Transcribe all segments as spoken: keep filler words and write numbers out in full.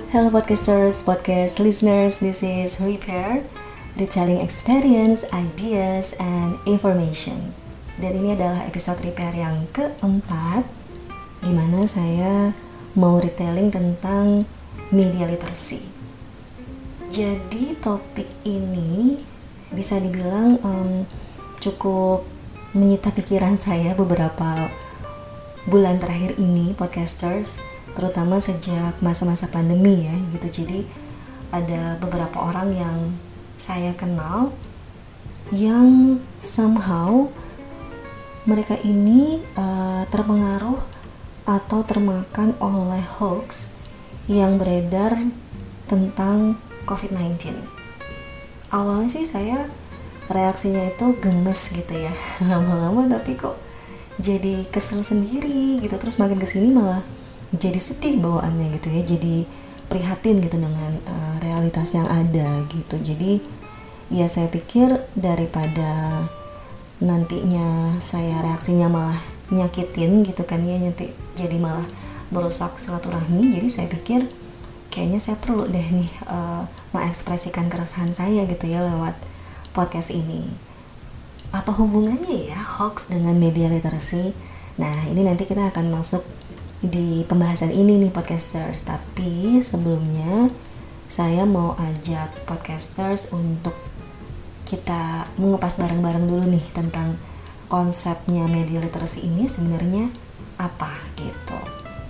Hello podcasters, podcast listeners, this is Repair, Retelling Experience, Ideas, and Information. Dan ini adalah episode Repair yang keempat, di mana saya mau retelling tentang media literacy. Jadi topik ini bisa dibilang um, cukup menyita pikiran saya beberapa bulan terakhir ini, podcasters, terutama sejak masa-masa pandemi ya gitu. Jadi ada beberapa orang yang saya kenal yang somehow mereka ini uh, terpengaruh atau termakan oleh hoax yang beredar tentang covid sembilan belas. Awalnya sih saya reaksinya itu gemes gitu ya, lama-lama tapi kok jadi kesel sendiri gitu, terus makin kesini malah jadi sedih bawaannya gitu ya, jadi prihatin gitu dengan uh, realitas yang ada gitu. Jadi ya saya pikir daripada nantinya saya reaksinya malah nyakitin gitu kan ya, nanti jadi malah merusak silaturahmi, jadi saya pikir kayaknya saya perlu deh nih uh, mengekspresikan keresahan saya gitu ya lewat podcast ini. Apa hubungannya ya hoax dengan media literasi? Nah ini nanti kita akan masuk di pembahasan ini nih podcasters. Tapi sebelumnya saya mau ajak podcasters untuk kita mengupas bareng-bareng dulu nih tentang konsepnya media literasi ini sebenarnya apa gitu.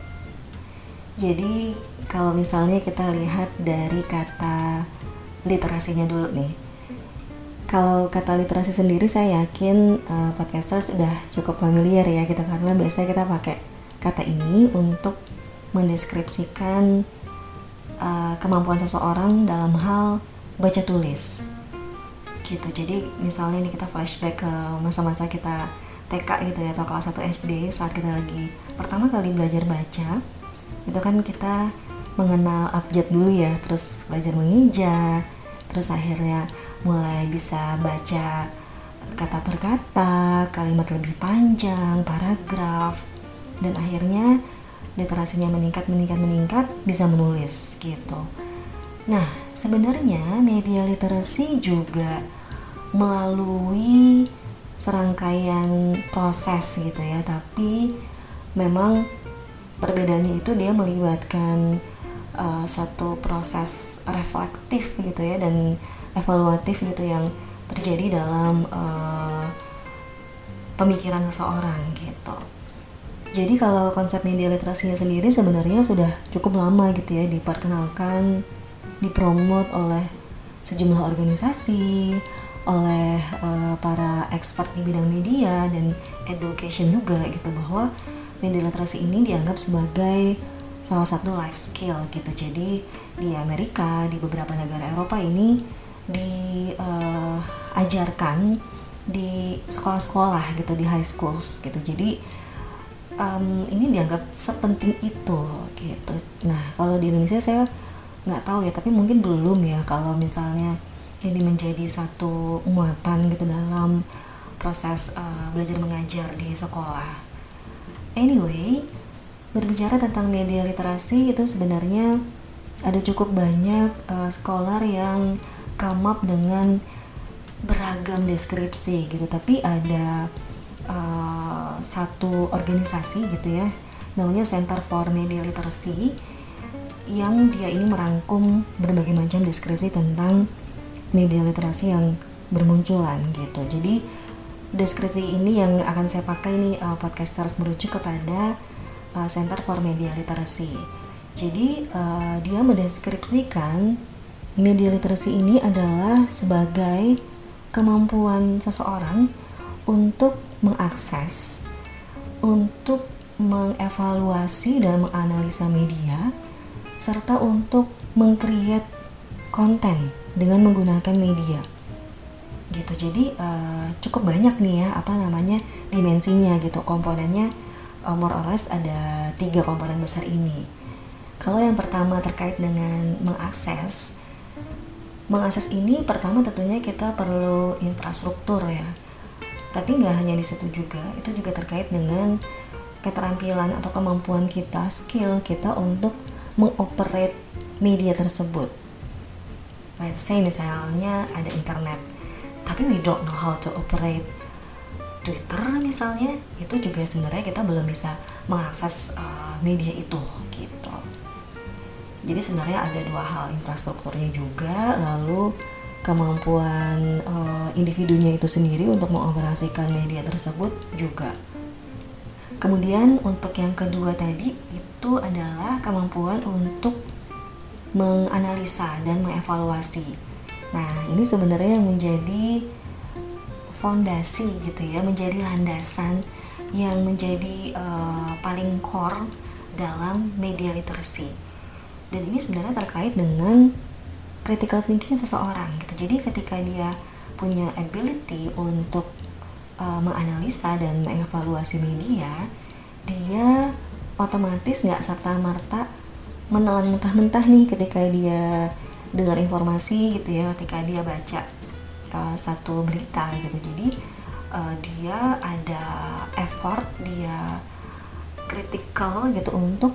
Jadi kalau misalnya kita lihat dari kata literasinya dulu nih. Kalau kata literasi sendiri saya yakin uh, podcasters udah cukup familiar ya kita, karena biasanya kita pakai kata ini untuk mendeskripsikan uh, kemampuan seseorang dalam hal baca tulis gitu. Jadi misalnya ini kita flashback ke masa-masa kita T K gitu ya, atau kelas satu S D, saat kita lagi pertama kali belajar baca itu kan kita mengenal abjad dulu ya, terus belajar menghijab, terus akhirnya mulai bisa baca kata per kata, kalimat lebih panjang, paragraf, dan akhirnya literasinya meningkat, meningkat, meningkat, bisa menulis gitu. Nah, sebenarnya media literasi juga melalui serangkaian proses gitu ya, tapi memang perbedaannya itu dia melibatkan uh, satu proses reflektif gitu ya, dan evaluatif gitu yang terjadi dalam uh, pemikiran seseorang gitu. Jadi kalau konsep media literasinya sendiri sebenarnya sudah cukup lama gitu ya, diperkenalkan, dipromot oleh sejumlah organisasi, oleh uh, para expert di bidang media dan education juga gitu, bahwa media literasi ini dianggap sebagai salah satu life skill gitu. Jadi di Amerika, di beberapa negara Eropa ini diajarkan uh, di sekolah-sekolah gitu, di high schools gitu. Jadi Um, ini dianggap sepenting itu gitu. Nah kalau di Indonesia saya nggak tahu ya, tapi mungkin belum ya kalau misalnya ini menjadi satu muatan gitu dalam proses uh, belajar mengajar di sekolah. Anyway, berbicara tentang media literasi itu sebenarnya ada cukup banyak uh, scholar yang come up dengan beragam deskripsi gitu, tapi ada Uh, satu organisasi gitu ya, namanya Center for Media Literacy, yang dia ini merangkum berbagai macam deskripsi tentang media literasi yang bermunculan gitu. Jadi deskripsi ini yang akan saya pakai nih uh, podcasters merujuk kepada uh, Center for Media Literacy. Jadi uh, dia mendeskripsikan media literasi ini adalah sebagai kemampuan seseorang untuk mengakses, untuk mengevaluasi dan menganalisa media, serta untuk meng-create konten dengan menggunakan media gitu. Jadi uh, cukup banyak nih ya apa namanya dimensinya gitu, komponennya uh, more or less ada tiga komponen besar ini. Kalau yang pertama terkait dengan mengakses, mengakses ini pertama tentunya kita perlu infrastruktur ya. Tapi nggak hanya di situ juga, itu juga terkait dengan keterampilan atau kemampuan kita, skill kita untuk mengoperate media tersebut. Let's say misalnya ada internet, tapi we don't know how to operate Twitter misalnya, itu juga sebenarnya kita belum bisa mengakses uh, media itu gitu. Jadi sebenarnya ada dua hal, infrastrukturnya juga, lalu kemampuan uh, individunya itu sendiri untuk mengoperasikan media tersebut juga. Kemudian untuk yang kedua tadi itu adalah kemampuan untuk menganalisa dan mengevaluasi. Nah, ini sebenarnya yang menjadi fondasi gitu ya, menjadi landasan yang menjadi uh, paling core dalam media literacy. Dan ini sebenarnya terkait dengan critical thinking seseorang gitu. Jadi ketika dia punya ability untuk uh, menganalisa dan mengevaluasi media, dia otomatis nggak serta-merta menelan mentah-mentah nih ketika dia dengar informasi gitu ya, ketika dia baca uh, satu berita gitu. Jadi uh, dia ada effort, dia critical gitu untuk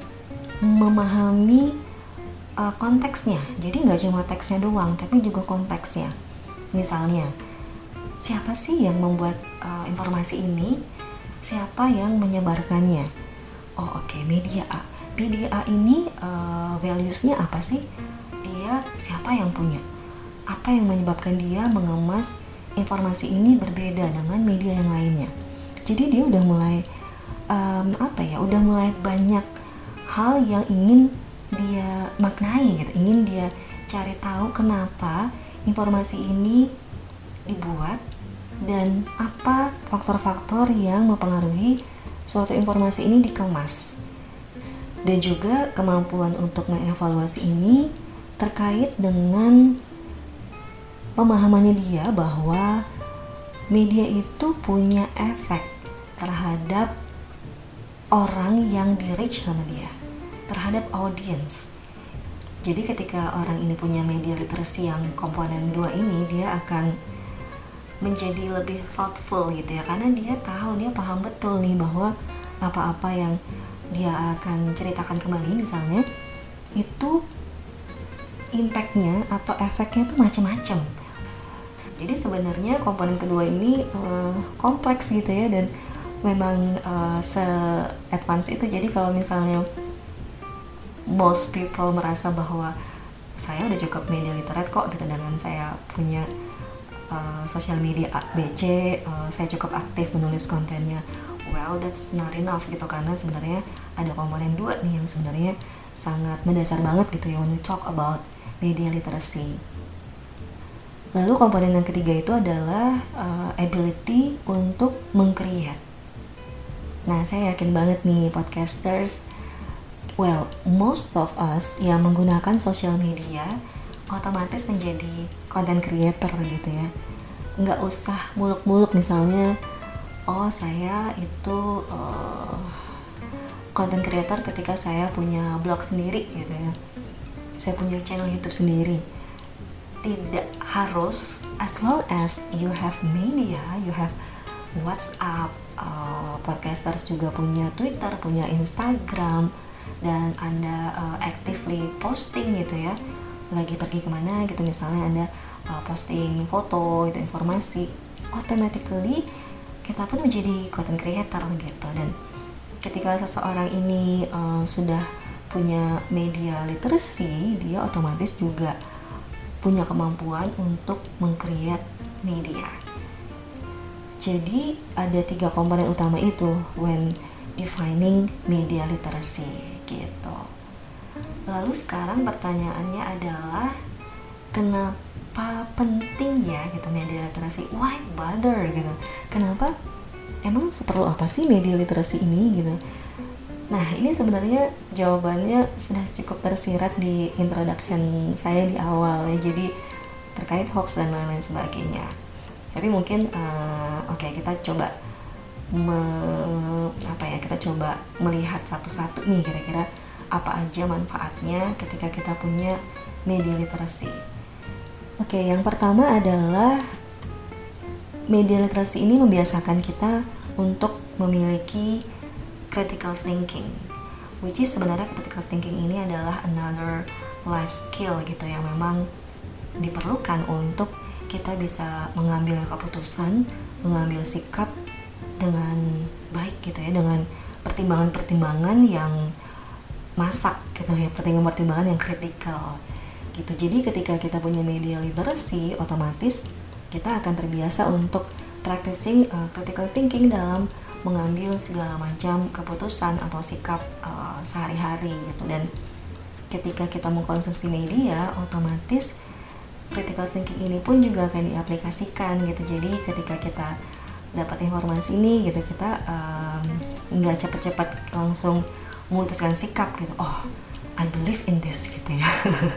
memahami uh, konteksnya. Jadi nggak cuma teksnya doang, tapi juga konteksnya. Misalnya, siapa sih yang membuat uh, informasi ini? Siapa yang menyebarkannya? Oh oke, okay, media A. Media A ini uh, values-nya apa sih? Dia siapa yang punya? Apa yang menyebabkan dia mengemas informasi ini berbeda dengan media yang lainnya? Jadi dia udah mulai um, apa ya? Udah mulai banyak hal yang ingin dia maknai gitu, ingin dia cari tahu kenapa informasi ini dibuat dan apa faktor-faktor yang mempengaruhi suatu informasi ini dikemas. Dan juga kemampuan untuk mengevaluasi ini terkait dengan pemahamannya dia bahwa media itu punya efek terhadap orang yang di-reach sama dia, terhadap audience. Jadi ketika orang ini punya media literacy yang komponen dua ini, dia akan menjadi lebih thoughtful gitu ya, karena dia tahu, dia paham betul nih bahwa apa-apa yang dia akan ceritakan kembali misalnya itu impactnya atau efeknya tuh macam-macam. Jadi sebenarnya komponen kedua ini uh, kompleks gitu ya, dan memang uh, se-advance itu. Jadi kalau misalnya most people merasa bahwa saya udah cukup media literate kok gitu, dengan saya punya uh, sosial media A B C, uh, saya cukup aktif menulis kontennya, well that's not enough gitu, karena sebenarnya ada komponen dua nih yang sebenarnya sangat mendasar banget gitu ya when we talk about media literacy. Lalu komponen yang ketiga itu adalah uh, ability untuk meng-create. Nah, saya yakin banget nih podcasters, well, most of us yang menggunakan sosial media otomatis menjadi content creator gitu ya. Nggak usah muluk-muluk misalnya, oh saya itu uh, content creator ketika saya punya blog sendiri gitu ya, saya punya channel YouTube sendiri. Tidak harus, as long as you have media, you have WhatsApp, uh, podcasters juga punya Twitter, punya Instagram, dan Anda uh, actively posting gitu ya, lagi pergi kemana gitu misalnya Anda uh, posting foto, itu informasi, automatically kita pun menjadi content creator gitu. Dan ketika seseorang ini uh, sudah punya media literacy, dia otomatis juga punya kemampuan untuk meng-create media. Jadi ada tiga komponen utama itu when defining media literacy gitu. Lalu sekarang pertanyaannya adalah kenapa penting ya gitu media literasi? Why bother gitu? Kenapa? Emang seperlu apa sih media literasi ini gitu? Nah, ini sebenarnya jawabannya sudah cukup tersirat di introduction saya di awal ya. Jadi terkait hoax dan lain-lain sebagainya. Tapi mungkin uh, oke okay, kita coba me, apa ya? Kita coba melihat satu-satu nih kira-kira apa aja manfaatnya ketika kita punya media literasi. Oke, okay, yang pertama adalah media literasi ini membiasakan kita untuk memiliki critical thinking, which is sebenarnya critical thinking ini adalah another life skill gitu yang memang diperlukan untuk kita bisa mengambil keputusan, mengambil sikap dengan baik gitu ya, dengan pertimbangan-pertimbangan yang masak gitu ya, pertimbangan-pertimbangan yang kritikal gitu. Jadi ketika kita punya media literacy, otomatis kita akan terbiasa untuk practicing uh, critical thinking dalam mengambil segala macam keputusan atau sikap uh, sehari-hari gitu. Dan ketika kita mengkonsumsi media, otomatis critical thinking ini pun juga akan diaplikasikan gitu. Jadi ketika kita dapat informasi ini gitu, kita nggak um, cepat-cepat langsung memutuskan sikap gitu, oh I believe in this gitu ya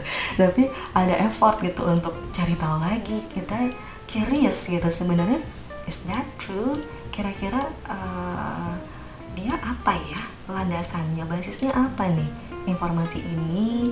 tapi ada effort gitu untuk cari tahu lagi, kita curious gitu, sebenarnya is that true, kira-kira uh, dia apa ya landasannya, basisnya apa nih informasi ini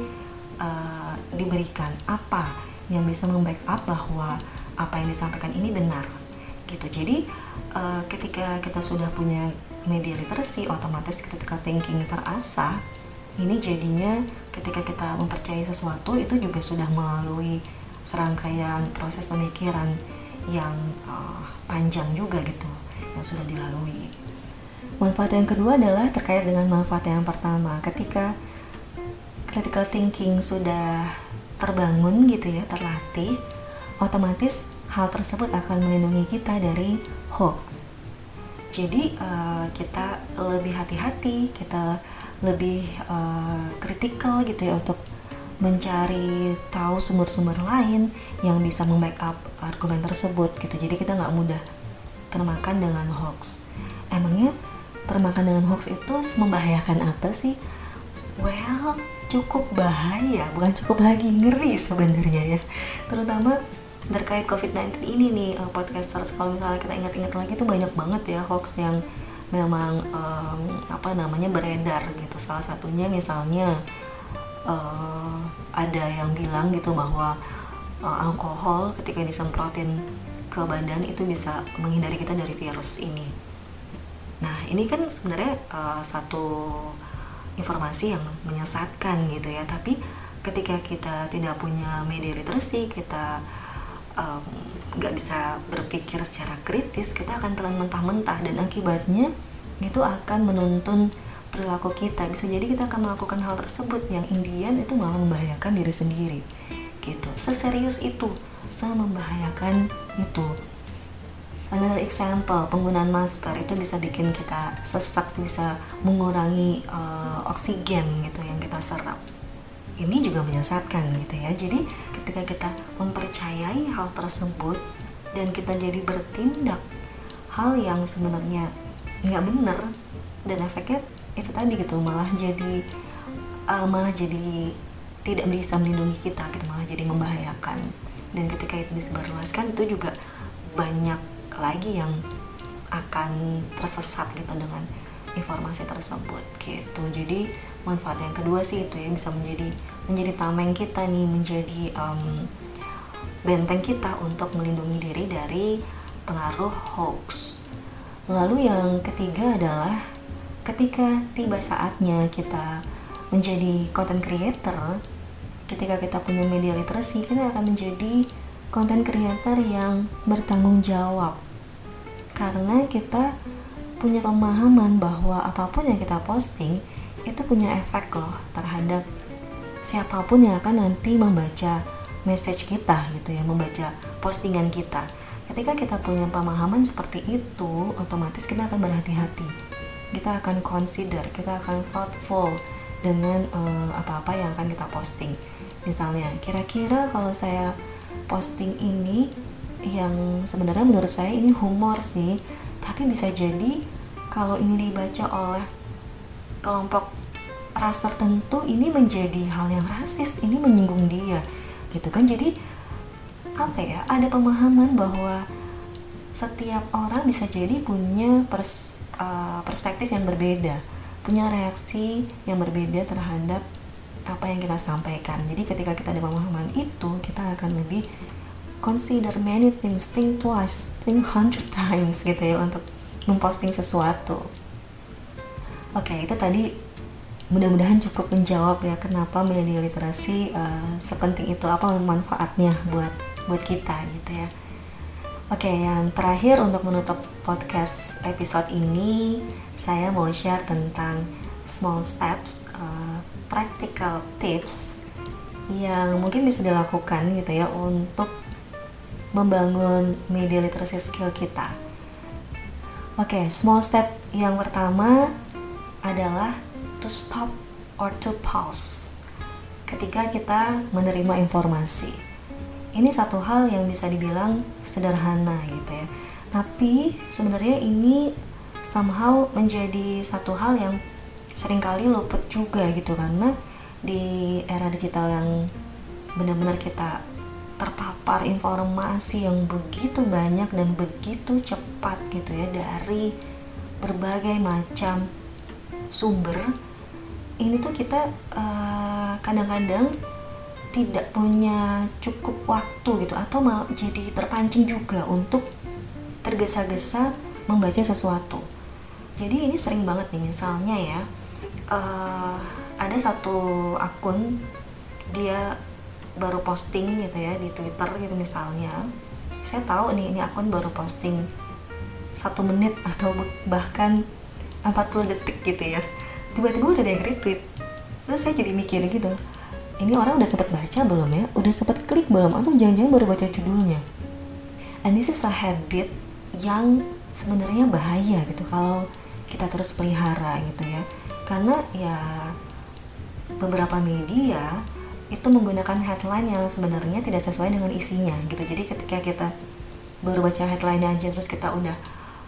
uh, diberikan, apa yang bisa membackup bahwa apa yang disampaikan ini benar gitu. Jadi uh, ketika kita sudah punya media literacy, otomatis critical thinking terasah. Ini jadinya ketika kita mempercayai sesuatu itu juga sudah melalui serangkaian proses pemikiran yang uh, panjang juga gitu yang sudah dilalui. Manfaat yang kedua adalah terkait dengan manfaat yang pertama. Ketika critical thinking sudah terbangun gitu ya, terlatih, otomatis hal tersebut akan melindungi kita dari hoax. Jadi uh, kita lebih hati-hati, kita lebih uh, kritikal gitu ya untuk mencari tahu sumber-sumber lain yang bisa membackup argumen tersebut gitu. Jadi kita nggak mudah termakan dengan hoax. Emangnya termakan dengan hoax itu membahayakan apa sih? Well, cukup bahaya, bukan cukup lagi, ngeri sebenarnya ya. Terutama terkait covid sembilan belas ini nih, podcasters, kalau misalnya kita ingat-ingat lagi tuh banyak banget ya hoax yang memang um, apa namanya beredar gitu. Salah satunya misalnya uh, ada yang bilang gitu bahwa uh, alkohol ketika disemprotin ke badan itu bisa menghindari kita dari virus ini. Nah ini kan sebenarnya uh, satu informasi yang menyesatkan gitu ya. Tapi ketika kita tidak punya media literacy, kita nggak um, bisa berpikir secara kritis, kita akan telan mentah-mentah dan akibatnya itu akan menuntun perilaku kita. Bisa jadi kita akan melakukan hal tersebut yang Indian itu malah membahayakan diri sendiri gitu. Seserius itu, semembahayakan itu. Another example, penggunaan masker itu bisa bikin kita sesak, bisa mengurangi uh, oksigen gitu yang kita serap. Ini juga menyesatkan gitu ya. Jadi ketika kita mempercayai hal tersebut dan kita jadi bertindak hal yang sebenarnya nggak benar, dan efeknya itu tadi gitu, malah jadi uh, malah jadi tidak bisa melindungi kita gitu, malah jadi membahayakan. Dan ketika itu disebarluaskan, itu juga banyak lagi yang akan tersesat gitu dengan informasi tersebut gitu. Jadi manfaat yang kedua sih itu ya, bisa menjadi menjadi tameng kita nih, menjadi um, benteng kita untuk melindungi diri dari pengaruh hoax. Lalu yang ketiga adalah ketika tiba saatnya kita menjadi content creator, ketika kita punya media literacy, kita akan menjadi content creator yang bertanggung jawab. Karena kita punya pemahaman bahwa apapun yang kita posting itu punya efek loh terhadap siapapun yang akan nanti membaca message kita gitu ya, membaca postingan kita. Ketika kita punya pemahaman seperti itu, otomatis kita akan berhati-hati, kita akan consider, kita akan thoughtful dengan uh, apa-apa yang akan kita posting. Misalnya, kira-kira kalau saya posting ini yang sebenarnya menurut saya ini humor sih, tapi bisa jadi kalau ini dibaca oleh kelompok ras tertentu ini menjadi hal yang rasis, ini menyinggung dia gitu kan. Jadi apa ya, ada pemahaman bahwa setiap orang bisa jadi punya pers, uh, perspektif yang berbeda, punya reaksi yang berbeda terhadap apa yang kita sampaikan. Jadi ketika kita ada pemahaman itu, kita akan lebih consider many things, think twice, think hundred times gitu ya untuk memposting sesuatu. Oke, itu tadi mudah-mudahan cukup menjawab ya kenapa media literasi uh, sepenting itu, apa manfaatnya buat buat kita gitu ya. Oke, yang terakhir untuk menutup podcast episode ini, saya mau share tentang small steps, uh, practical tips yang mungkin bisa dilakukan gitu ya untuk membangun media literasi skill kita. Oke, small step yang pertama adalah to stop or to pause ketika kita menerima informasi. Ini satu hal yang bisa dibilang sederhana gitu ya, tapi sebenarnya ini somehow menjadi satu hal yang seringkali luput juga gitu, karena di era digital yang benar-benar kita terpapar informasi yang begitu banyak dan begitu cepat gitu ya dari berbagai macam sumber. Ini tuh kita uh, kadang-kadang tidak punya cukup waktu gitu, atau malah jadi terpancing juga untuk tergesa-gesa membaca sesuatu. Jadi ini sering banget nih, misalnya ya uh, ada satu akun, dia baru posting gitu ya di Twitter gitu misalnya. Saya tahu nih ini akun baru posting satu menit atau bahkan empat puluh detik gitu ya, tiba-tiba udah ada yang retweet. Terus saya jadi mikir gitu, ini orang udah sempat baca belum ya, udah sempat klik belum, atau jangan-jangan baru baca judulnya. And this is a habit yang sebenarnya bahaya gitu kalau kita terus pelihara gitu ya, karena ya beberapa media itu menggunakan headline yang sebenarnya tidak sesuai dengan isinya gitu. Jadi ketika kita baru baca headline aja terus kita udah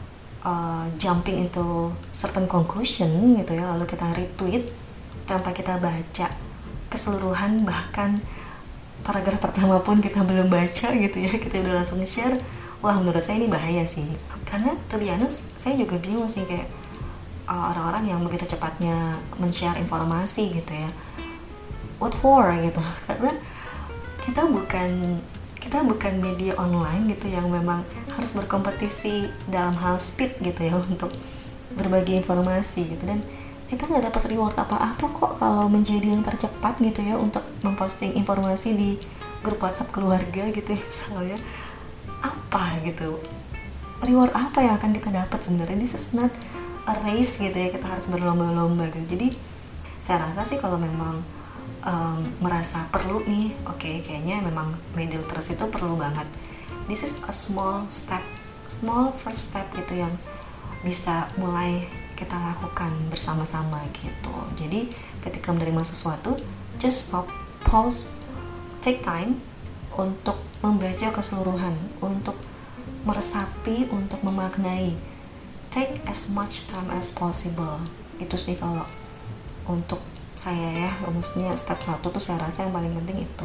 uh, jumping into certain conclusion gitu ya, lalu kita retweet tanpa kita baca keseluruhan, bahkan paragraf pertama pun kita belum baca gitu ya, kita udah langsung share. Wah, menurut saya ini bahaya sih, karena to be honest saya juga bingung sih kayak uh, orang-orang yang begitu cepatnya men-share informasi gitu ya, what for gitu, karena kita bukan kita bukan media online gitu yang memang harus berkompetisi dalam hal speed gitu ya untuk berbagi informasi gitu, dan kita nggak dapat reward apa-apa kok kalau menjadi yang tercepat gitu ya untuk memposting informasi di grup WhatsApp keluarga gitu ya misalnya. Apa gitu, reward apa yang akan kita dapat sebenarnya? This is not a race gitu ya, kita harus berlomba-lomba gitu. Jadi saya rasa sih kalau memang um, merasa perlu nih, oke okay, kayaknya memang media literasi itu perlu banget, this is a small step, small first step gitu yang bisa mulai kita lakukan bersama-sama gitu. Jadi ketika menerima sesuatu, just stop, pause, take time untuk membaca keseluruhan, untuk meresapi, untuk memaknai. Take as much time as possible. Itu sih kalau untuk saya ya, maksudnya step satu tuh saya rasa yang paling penting itu.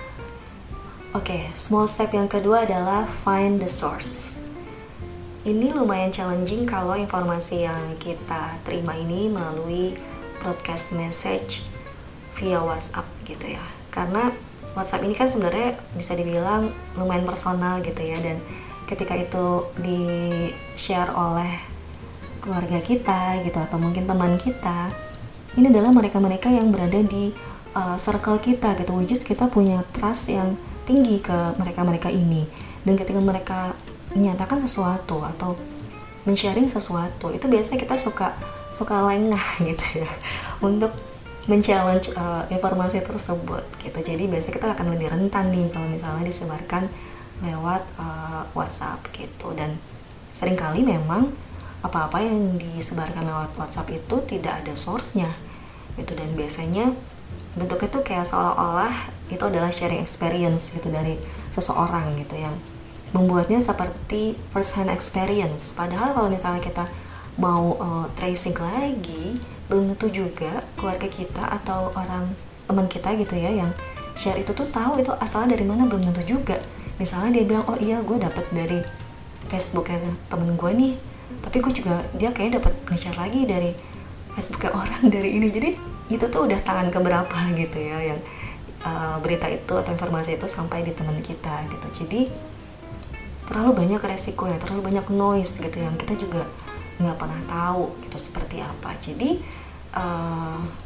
Oke, okay, small step yang kedua adalah find the source. Ini lumayan challenging kalau informasi yang kita terima ini melalui broadcast message via WhatsApp gitu ya. Karena WhatsApp ini kan sebenarnya bisa dibilang lumayan personal gitu ya, dan ketika itu di-share oleh keluarga kita gitu atau mungkin teman kita, ini adalah mereka-mereka yang berada di uh, circle kita gitu, which is kita punya trust yang tinggi ke mereka-mereka ini. Dan ketika mereka menyatakan sesuatu atau men-sharing sesuatu, itu biasanya kita suka suka lengah gitu ya untuk men-challenge uh, informasi tersebut gitu. Jadi biasanya kita akan lebih rentan nih kalau misalnya disebarkan lewat uh, WhatsApp gitu. Dan seringkali memang apa-apa yang disebarkan lewat WhatsApp itu tidak ada source-nya gitu, dan biasanya bentuknya tuh kayak seolah-olah itu adalah sharing experience gitu dari seseorang gitu, yang membuatnya seperti first hand experience. Padahal kalau misalnya kita mau uh, tracing lagi, belum tentu juga keluarga kita atau orang teman kita gitu ya yang share itu tuh tahu itu asalnya dari mana, belum tentu juga. Misalnya dia bilang, oh iya gue dapet dari Facebooknya temen gue nih, tapi gue juga dia kayaknya dapat nge-share lagi dari Facebooknya orang dari ini. Jadi itu tuh udah tangan keberapa gitu ya yang uh, berita itu atau informasi itu sampai di teman kita gitu. Jadi terlalu banyak resiko ya, terlalu banyak noise gitu yang kita juga nggak pernah tahu gitu seperti apa. Jadi uh,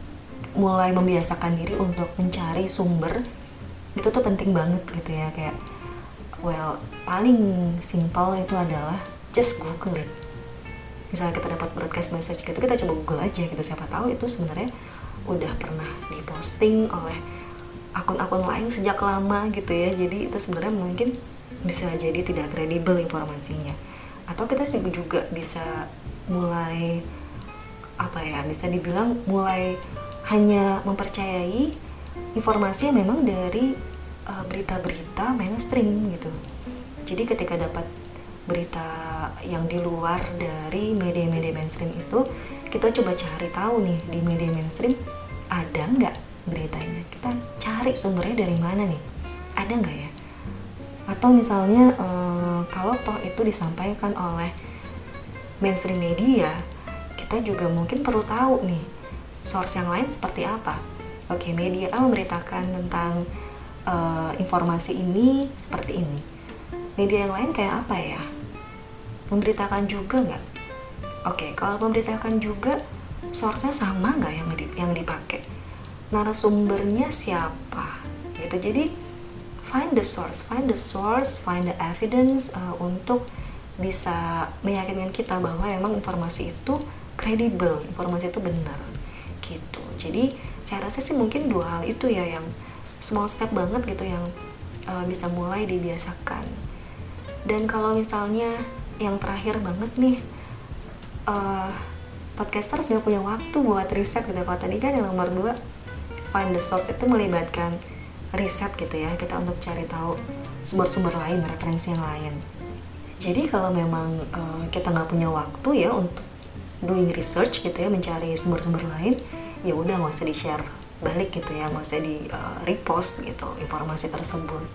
mulai membiasakan diri untuk mencari sumber itu tuh penting banget gitu ya. Kayak well, paling simpel itu adalah just Google it. Misalnya kita dapat broadcast message gitu, kita coba Google aja gitu, siapa tahu itu sebenarnya udah pernah diposting oleh akun-akun lain sejak lama gitu ya. Jadi itu sebenarnya mungkin bisa jadi tidak kredibel informasinya. Atau kita juga bisa mulai apa ya, bisa dibilang mulai hanya mempercayai informasi yang memang dari uh, berita-berita mainstream gitu. Jadi ketika dapat berita yang di luar dari media-media mainstream itu, kita coba cari tahu nih di media mainstream ada nggak beritanya. Kita cari sumbernya dari mana nih, ada nggak ya? Atau misalnya uh, kalau toh itu disampaikan oleh mainstream media, kita juga mungkin perlu tahu nih source yang lain seperti apa. Oke, media A memberitakan tentang uh, informasi ini seperti ini, media yang lain kayak apa ya, memberitakan juga nggak? Oke, kalau memberitakan juga, source-nya sama nggak yang yang dipakai, narasumbernya siapa gitu. Jadi find the source, find the source, find the evidence uh, untuk bisa meyakinkan kita bahwa memang informasi itu kredibel, informasi itu benar gitu. Jadi saya rasa sih mungkin dua hal itu ya yang small step banget gitu yang uh, bisa mulai dibiasakan. Dan kalau misalnya yang terakhir banget nih, uh, podcasters nggak punya waktu buat riset gitu. Kalau tadi kan yang nomor dua, find the source, itu melibatkan riset gitu ya, kita untuk cari tahu sumber-sumber lain, referensi yang lain. Jadi kalau memang uh, kita nggak punya waktu ya untuk doing research gitu ya, mencari sumber-sumber lain, ya udah nggak usah di-share balik gitu ya, nggak usah di uh, repost gitu informasi tersebut.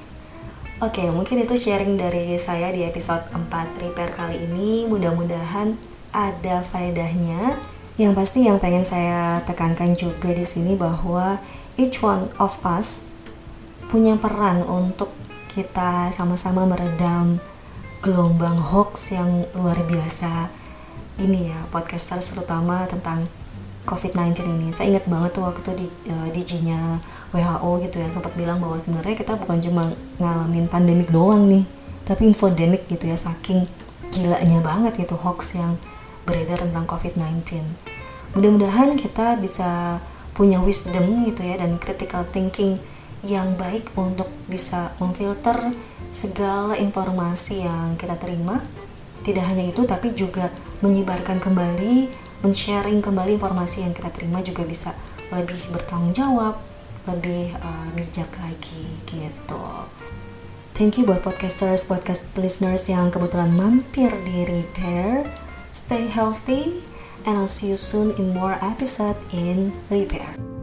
Oke, okay, mungkin itu sharing dari saya di episode empat Repair kali ini. Mudah-mudahan ada faedahnya. Yang pasti yang pengen saya tekankan juga di sini bahwa each one of us punya peran untuk kita sama-sama meredam gelombang hoax yang luar biasa ini ya, podcasters terutama tentang covid sembilan belas ini. Saya ingat banget tuh waktu di uh, D G-nya W H O gitu ya, sempat bilang bahwa sebenarnya kita bukan cuma ngalamin pandemik doang nih, tapi infodemik gitu ya, saking gilanya banget gitu hoax yang beredar tentang covid sembilan belas. Mudah-mudahan kita bisa punya wisdom gitu ya, dan critical thinking yang baik untuk bisa memfilter segala informasi yang kita terima. Tidak hanya itu, tapi juga menyebarkan kembali, men-sharing kembali informasi yang kita terima juga bisa lebih bertanggung jawab, lebih uh, bijak lagi gitu. Thank you buat podcasters, podcast listeners yang kebetulan mampir di Repair. Stay healthy and I'll see you soon in more episode in Repair.